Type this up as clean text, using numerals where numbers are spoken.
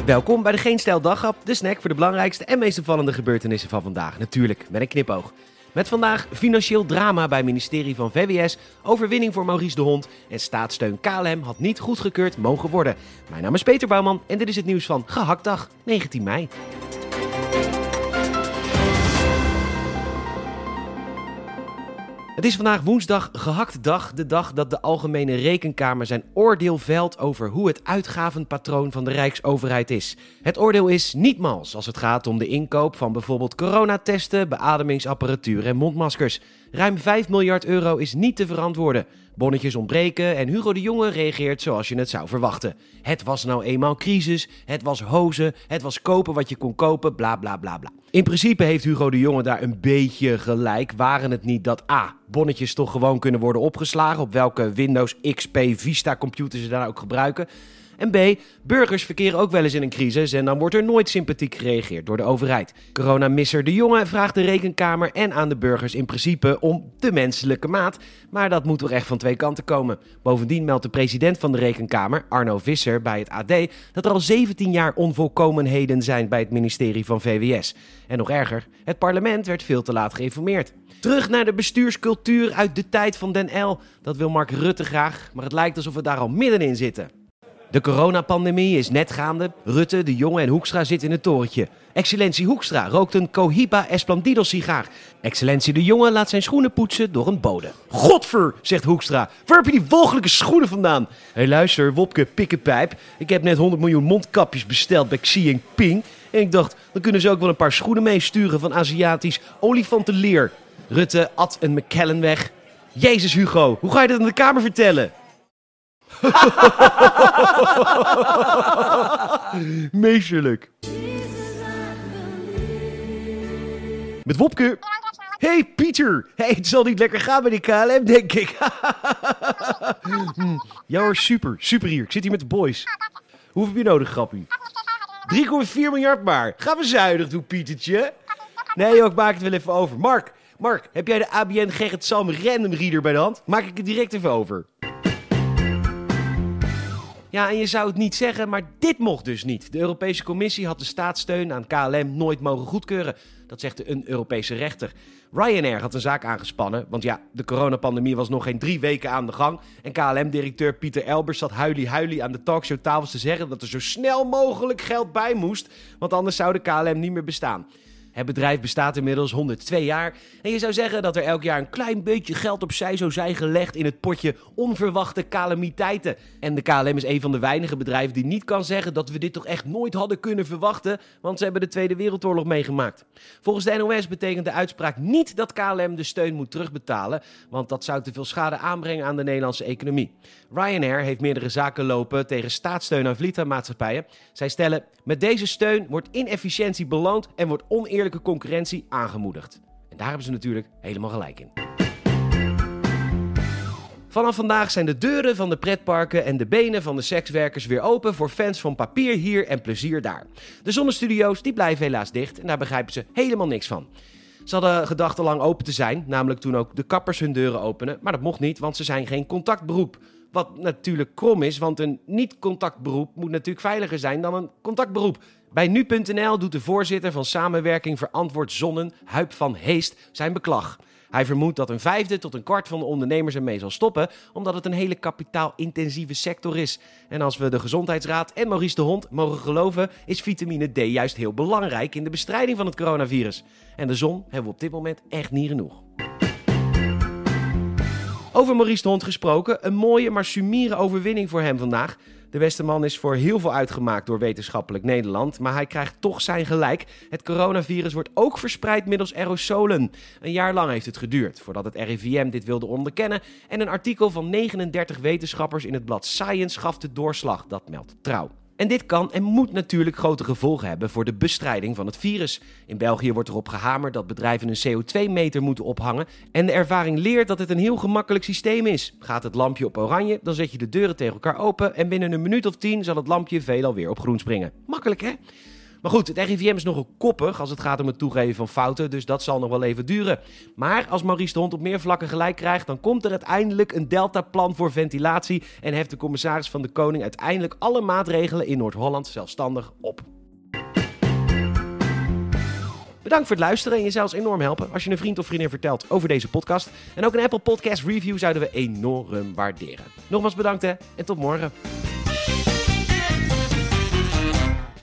Welkom bij de Geen Stijl Daghap, de snack voor de belangrijkste en meest opvallende gebeurtenissen van vandaag. Natuurlijk met een knipoog. Met vandaag financieel drama bij het ministerie van VWS, overwinning voor Maurice de Hond en staatssteun KLM had niet goedgekeurd mogen worden. Mijn naam is Peter Bouwman en dit is het nieuws van Gehaktdag, 19 mei. Het is vandaag woensdag Gehaktdag, de dag dat de Algemene Rekenkamer zijn oordeel velt over hoe het uitgavenpatroon van de Rijksoverheid is. Het oordeel is niet mals als het gaat om de inkoop van bijvoorbeeld coronatesten, beademingsapparatuur en mondmaskers. Ruim 5 miljard euro is niet te verantwoorden. Bonnetjes ontbreken en Hugo de Jonge reageert zoals je het zou verwachten. Het was nou eenmaal crisis, het was hozen, het was kopen wat je kon kopen, bla bla bla bla. In principe heeft Hugo de Jonge daar een beetje gelijk, waren het niet dat A, bonnetjes toch gewoon kunnen worden opgeslagen op welke Windows XP Vista computer ze daar ook gebruiken. En B, burgers verkeren ook wel eens in een crisis en dan wordt er nooit sympathiek gereageerd door de overheid. Coronamisser de Jonge vraagt de Rekenkamer en aan de burgers in principe om de menselijke maat. Maar dat moet toch echt van twee kanten komen. Bovendien meldt de president van de Rekenkamer, Arno Visser, bij het AD dat er al 17 jaar onvolkomenheden zijn bij het ministerie van VWS. En nog erger, het parlement werd veel te laat geïnformeerd. Terug naar de bestuurscultuur uit de tijd van Den Uyl. Dat wil Mark Rutte graag, maar het lijkt alsof we daar al middenin zitten. De coronapandemie is net gaande. Rutte, de Jonge en Hoekstra zitten in het torentje. Excellentie Hoekstra rookt een Cohiba Esplandido sigaar. Excellentie de Jonge laat zijn schoenen poetsen door een bode. Godver, zegt Hoekstra. Waar heb je die walgelijke schoenen vandaan? Hé, luister, Wopke, pikkenpijp. Ik heb net 100 miljoen mondkapjes besteld bij Xi Jinping. En ik dacht, dan kunnen ze ook wel een paar schoenen meesturen van Aziatisch olifantenleer. Rutte at een McKellen weg. Jezus Hugo, hoe ga je dat aan de Kamer vertellen? Meesterlijk. Met Wopke. Hey Pieter. Hey, het zal niet lekker gaan bij die KLM, denk ik. Ja hoor, super hier. Ik zit hier met de boys. Hoeveel heb je nodig, grappie? 3,4 miljard maar. Gaan we zuinig doen, Pietertje? Nee joh, ik maak het wel even over. Mark, heb jij de ABN Gerrit Salm Random Reader bij de hand? Maak ik het direct even over. Ja, en je zou het niet zeggen, maar dit mocht dus niet. De Europese Commissie had de staatssteun aan KLM nooit mogen goedkeuren. Dat zegt een Europese rechter. Ryanair had een zaak aangespannen, want ja, de coronapandemie was nog geen 3 weken aan de gang. En KLM-directeur Pieter Elbers zat huilie aan de talkshowtafels te zeggen dat er zo snel mogelijk geld bij moest, want anders zou de KLM niet meer bestaan. Het bedrijf bestaat inmiddels 102 jaar en je zou zeggen dat er elk jaar een klein beetje geld opzij zou zijn gelegd in het potje onverwachte calamiteiten. En de KLM is een van de weinige bedrijven die niet kan zeggen dat we dit toch echt nooit hadden kunnen verwachten, want ze hebben de Tweede Wereldoorlog meegemaakt. Volgens de NOS betekent de uitspraak niet dat KLM de steun moet terugbetalen, want dat zou te veel schade aanbrengen aan de Nederlandse economie. Ryanair heeft meerdere zaken lopen tegen staatssteun aan vliegtuigmaatschappijen. Zij stellen, met deze steun wordt inefficiëntie beloond en wordt oneerlijke concurrentie aangemoedigd. En daar hebben ze natuurlijk helemaal gelijk in. Vanaf vandaag zijn de deuren van de pretparken en de benen van de sekswerkers weer open voor fans van papier hier en plezier daar. De zonnestudio's die blijven helaas dicht en daar begrijpen ze helemaal niks van. Ze hadden gedacht al lang open te zijn, namelijk toen ook de kappers hun deuren openen, maar dat mocht niet, want ze zijn geen contactberoep. Wat natuurlijk krom is, want een niet-contactberoep moet natuurlijk veiliger zijn dan een contactberoep. Bij nu.nl doet de voorzitter van Samenwerking Verantwoord Zonnen, Huip van Heest, zijn beklag. Hij vermoedt dat 1/5 tot 1/4 van de ondernemers ermee zal stoppen, omdat het een hele kapitaalintensieve sector is. En als we de Gezondheidsraad en Maurice de Hond mogen geloven, is vitamine D juist heel belangrijk in de bestrijding van het coronavirus. En de zon hebben we op dit moment echt niet genoeg. Over Maurice de Hond gesproken, een mooie maar sumiere overwinning voor hem vandaag. De beste man is voor heel veel uitgemaakt door wetenschappelijk Nederland, maar hij krijgt toch zijn gelijk. Het coronavirus wordt ook verspreid middels aerosolen. Een jaar lang heeft het geduurd voordat het RIVM dit wilde onderkennen en een artikel van 39 wetenschappers in het blad Science gaf de doorslag, dat meldt Trouw. En dit kan en moet natuurlijk grote gevolgen hebben voor de bestrijding van het virus. In België wordt erop gehamerd dat bedrijven een CO2-meter moeten ophangen. En de ervaring leert dat het een heel gemakkelijk systeem is. Gaat het lampje op oranje, dan zet je de deuren tegen elkaar open en binnen een minuut of 10 zal het lampje veelal weer op groen springen. Makkelijk hè? Maar goed, het RIVM is nogal koppig als het gaat om het toegeven van fouten, dus dat zal nog wel even duren. Maar als Maurice de Hond op meer vlakken gelijk krijgt, dan komt er uiteindelijk een deltaplan voor ventilatie en heft de commissaris van de Koning uiteindelijk alle maatregelen in Noord-Holland zelfstandig op. Bedankt voor het luisteren en je zou ons enorm helpen als je een vriend of vriendin vertelt over deze podcast. En ook een Apple Podcast review zouden we enorm waarderen. Nogmaals bedankt en tot morgen.